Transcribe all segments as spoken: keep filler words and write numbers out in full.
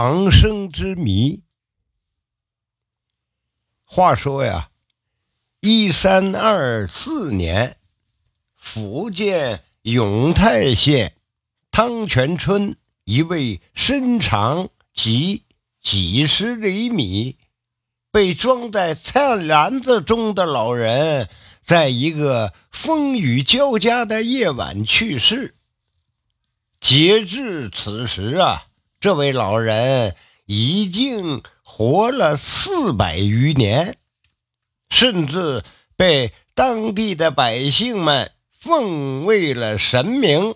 长生之谜。话说呀，一三二四年，福建永泰县汤泉村一位身长及几十厘米、被装在菜篮子中的老人，在一个风雨交加的夜晚去世。截至此时啊，这位老人已经活了四百余年，甚至被当地的百姓们奉为了神明。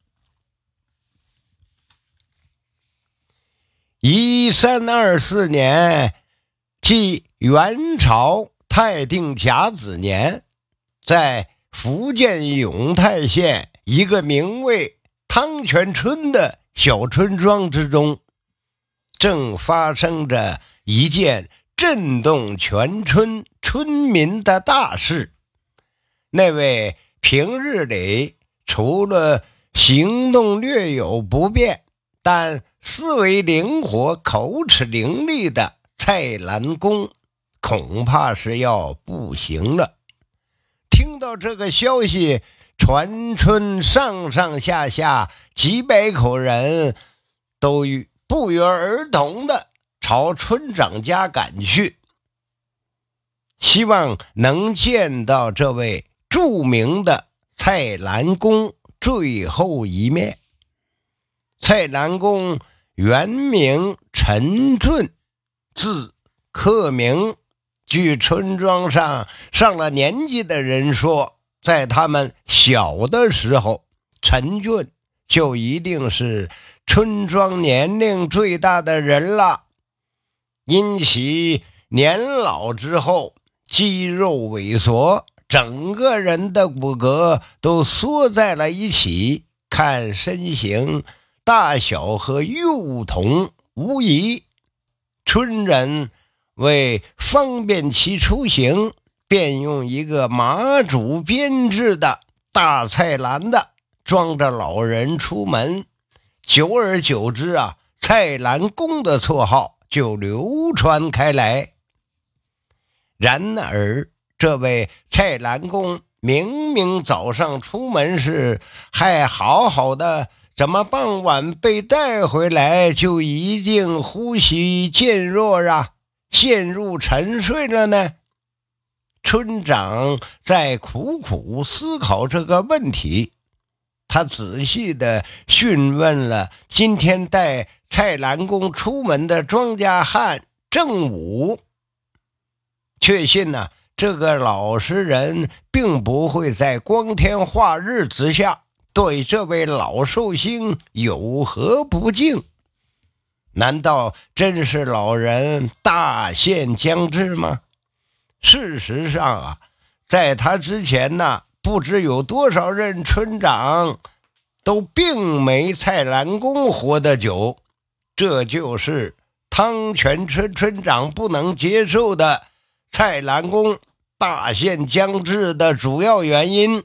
一三二四年，即元朝泰定甲子年，在福建永泰县一个名为汤泉村的小村庄之中，正发生着一件震动全村村民的大事。那位平日里除了行动略有不便，但思维灵活、口齿伶俐的蔡澜公，恐怕是要不行了。听到这个消息，全村上上下下几百口人都不约而同地朝村长家赶去，希望能见到这位著名的蔡澜公最后一面。蔡澜公原名陈俊，字克明。据村庄上上了年纪的人说，在他们小的时候，陈俊就一定是村庄年龄最大的人了。因其年老之后，肌肉萎缩，整个人的骨骼都缩在了一起，看身形大小和幼童无疑。村人为方便其出行，便用一个麻竹编制的大菜篮子装着老人出门。久而久之啊，蔡澜公的绰号就流传开来。然而这位蔡澜公明明早上出门时还好好的，怎么傍晚被带回来就已经呼吸渐弱啊，陷入沉睡了呢？村长在苦苦思考这个问题，他仔细地询问了今天带蔡澜公出门的庄稼汉郑武，确信呢、啊，这个老实人并不会在光天化日之下对这位老寿星有何不敬。难道真是老人大限将至吗？事实上啊，在他之前呢，不知有多少任村长都并没蔡澜公活得久。这就是汤泉村村长不能接受的蔡澜公大限将至的主要原因。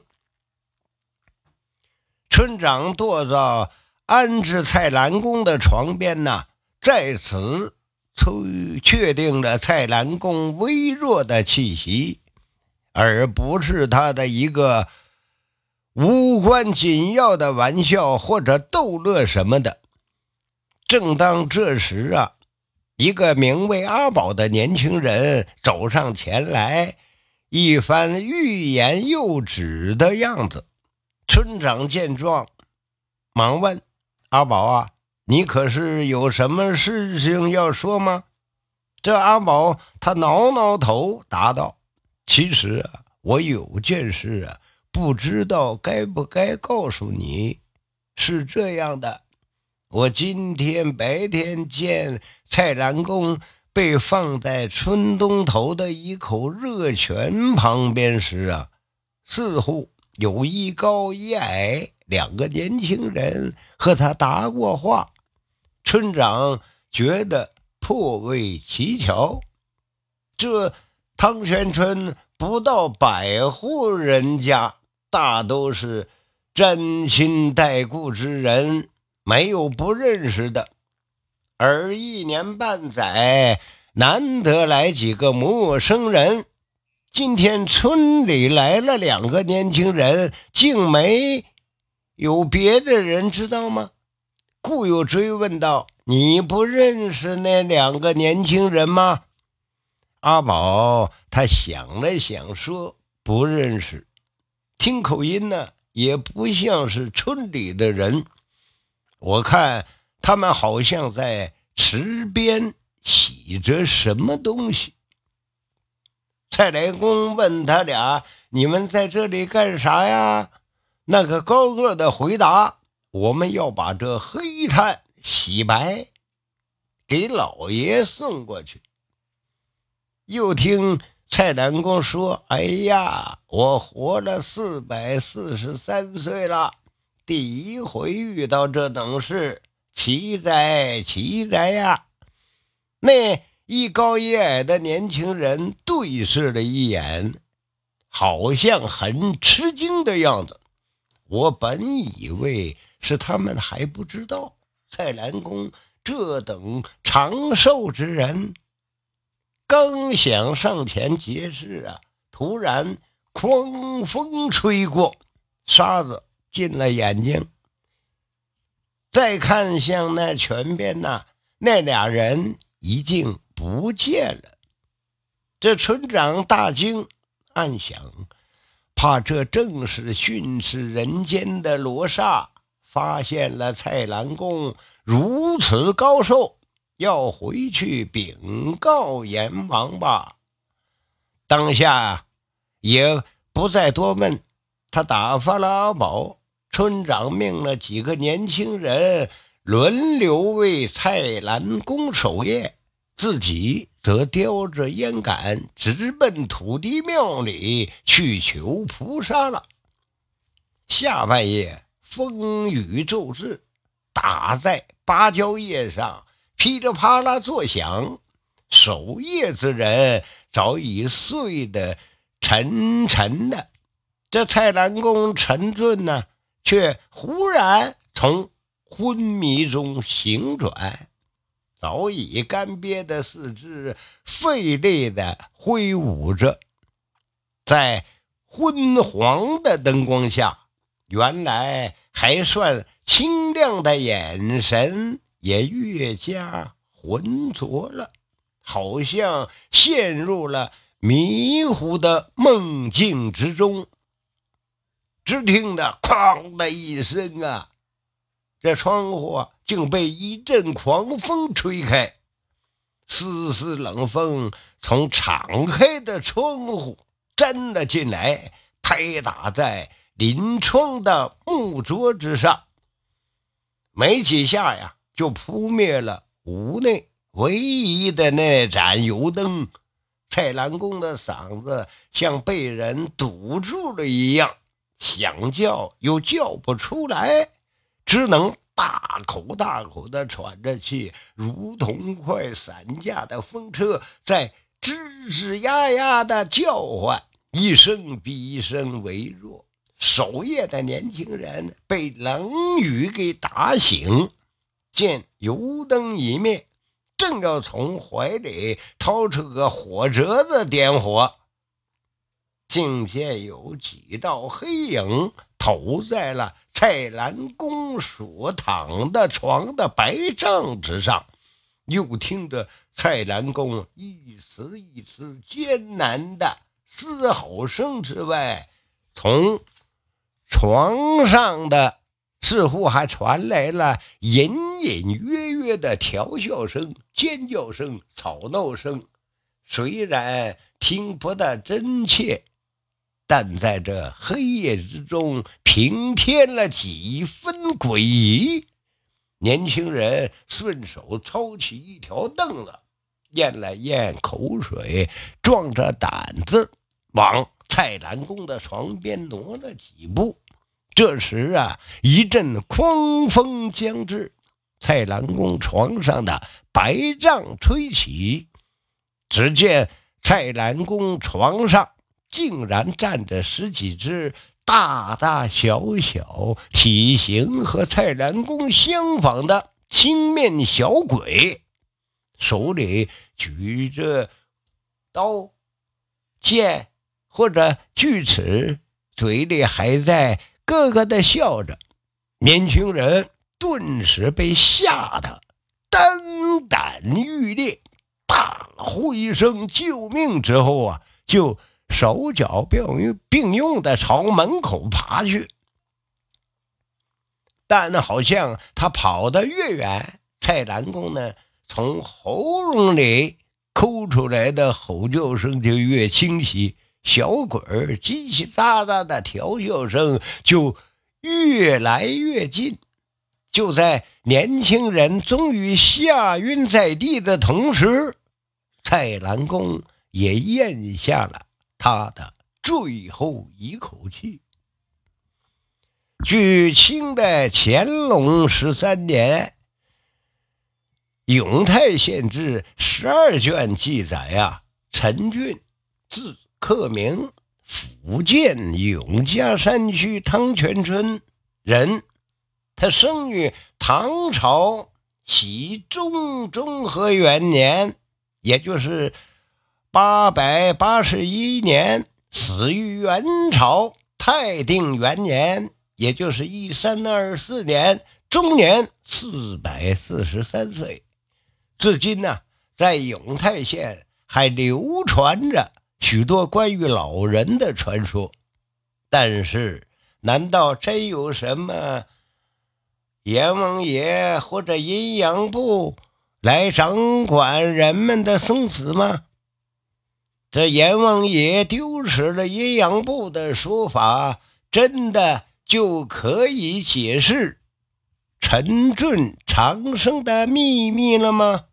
村长坐着安置蔡澜公的床边呢，在此确定了蔡澜公微弱的气息，而不是他的一个无关紧要的玩笑或者逗乐什么的。正当这时啊，一个名为阿宝的年轻人走上前来，一番欲言又止的样子。村长见状，忙问：阿宝啊，你可是有什么事情要说吗？这阿宝他挠挠头答道：其实啊，我有件事啊，不知道该不该告诉你。是这样的，我今天白天见蔡澜公被放在村东头的一口热泉旁边时啊，似乎有一高一矮两个年轻人和他答过话。村长觉得颇为蹊跷，这汤泉村不到百户人家，大都是沾亲带故之人，没有不认识的。 而一年半载难得来几个陌生人，今天村里来了两个年轻人，竟没有别的人知道吗？顾有追问道：你不认识那两个年轻人吗？阿宝他想了想说：不认识，听口音呢也不像是村里的人，我看他们好像在池边洗着什么东西。蔡来公问他俩：你们在这里干啥呀？那个高个的回答：我们要把这黑炭洗白，给老爷送过去。又听蔡南公说：哎呀，我活了四百四十三岁了，第一回遇到这等事，奇哉奇哉呀！那一高一矮的年轻人对视了一眼，好像很吃惊的样子。我本以为是他们还不知道蔡澜公这等长寿之人，刚想上前结识啊，突然狂风吹过，沙子进了眼睛。再看向那泉边呐、啊，那俩人已经不见了。这村长大惊，暗想，怕这正是训斥人间的罗刹发现了蔡澜公如此高寿，要回去禀告阎王吧。当下也不再多问，他打发了阿宝，村长命了几个年轻人轮流为蔡澜公守夜，自己则叼着烟杆直奔土地庙里去求菩萨了。下半夜风雨骤至，打在芭蕉叶上噼里啪啦作响，守夜之人早已睡得沉沉的。这蔡澜公沉顿呢，却忽然从昏迷中醒转，早已干瘪的四肢费力地挥舞着，在昏黄的灯光下，原来还算清亮的眼神也越加浑浊了，好像陷入了迷糊的梦境之中。只听得哐的一声啊，这窗户啊竟被一阵狂风吹开，丝丝冷风从敞开的窗户沾了进来，拍打在临窗的木桌之上，没几下呀，就扑灭了屋内唯一的那盏油灯。蔡澜公的嗓子像被人堵住了一样，想叫又叫不出来，只能大口大口地喘着气，如同快散架的风车在吱吱呀呀地叫唤，一声比一声微弱。守夜的年轻人被冷雨给打醒，见油灯一灭，正要从怀里掏出个火折子点火，竟见有几道黑影投在了蔡澜公所躺的床的白帐之上。又听着蔡澜公一丝一丝艰难的嘶吼声之外，从床上的似乎还传来了隐隐约约的调笑声、尖叫声、吵闹声，虽然听不得真切，但在这黑夜之中平添了几分诡异。年轻人顺手抄起一条凳子，咽了咽口水，壮着胆子往蔡澜公的床边挪了几步。这时啊，一阵狂风将至，蔡澜公床上的白帐吹起，只见蔡澜公床上竟然站着十几只大大小小、体型和蔡澜公相仿的青面小鬼，手里举着刀剑或者锯齿，嘴里还在咯咯的笑着。年轻人顿时被吓得肝胆欲裂，大呼一声救命之后啊，就手脚并用的朝门口爬去。但好像他跑得越远，蔡澜公呢从喉咙里抠出来的吼叫声就越清晰，小鬼儿叽叽喳喳的调笑声就越来越近。就在年轻人终于吓晕在地的同时，蔡澜公也咽下了他的最后一口气。据清代乾隆十三年永泰县志十二卷记载啊，陈俊字克明，福建永嘉山区汤泉村人，他生于唐朝熙宗中和元年，也就是八百八十一年，死于元朝泰定元年，也就是一三二四年，终年四百四十三岁。至今呢、啊，在永泰县还流传着许多关于老人的传说。但是难道真有什么阎王爷或者阴阳部来掌管人们的生死吗？这阎王爷丢失了阴阳部的说法，真的就可以解释陈俊长生的秘密了吗？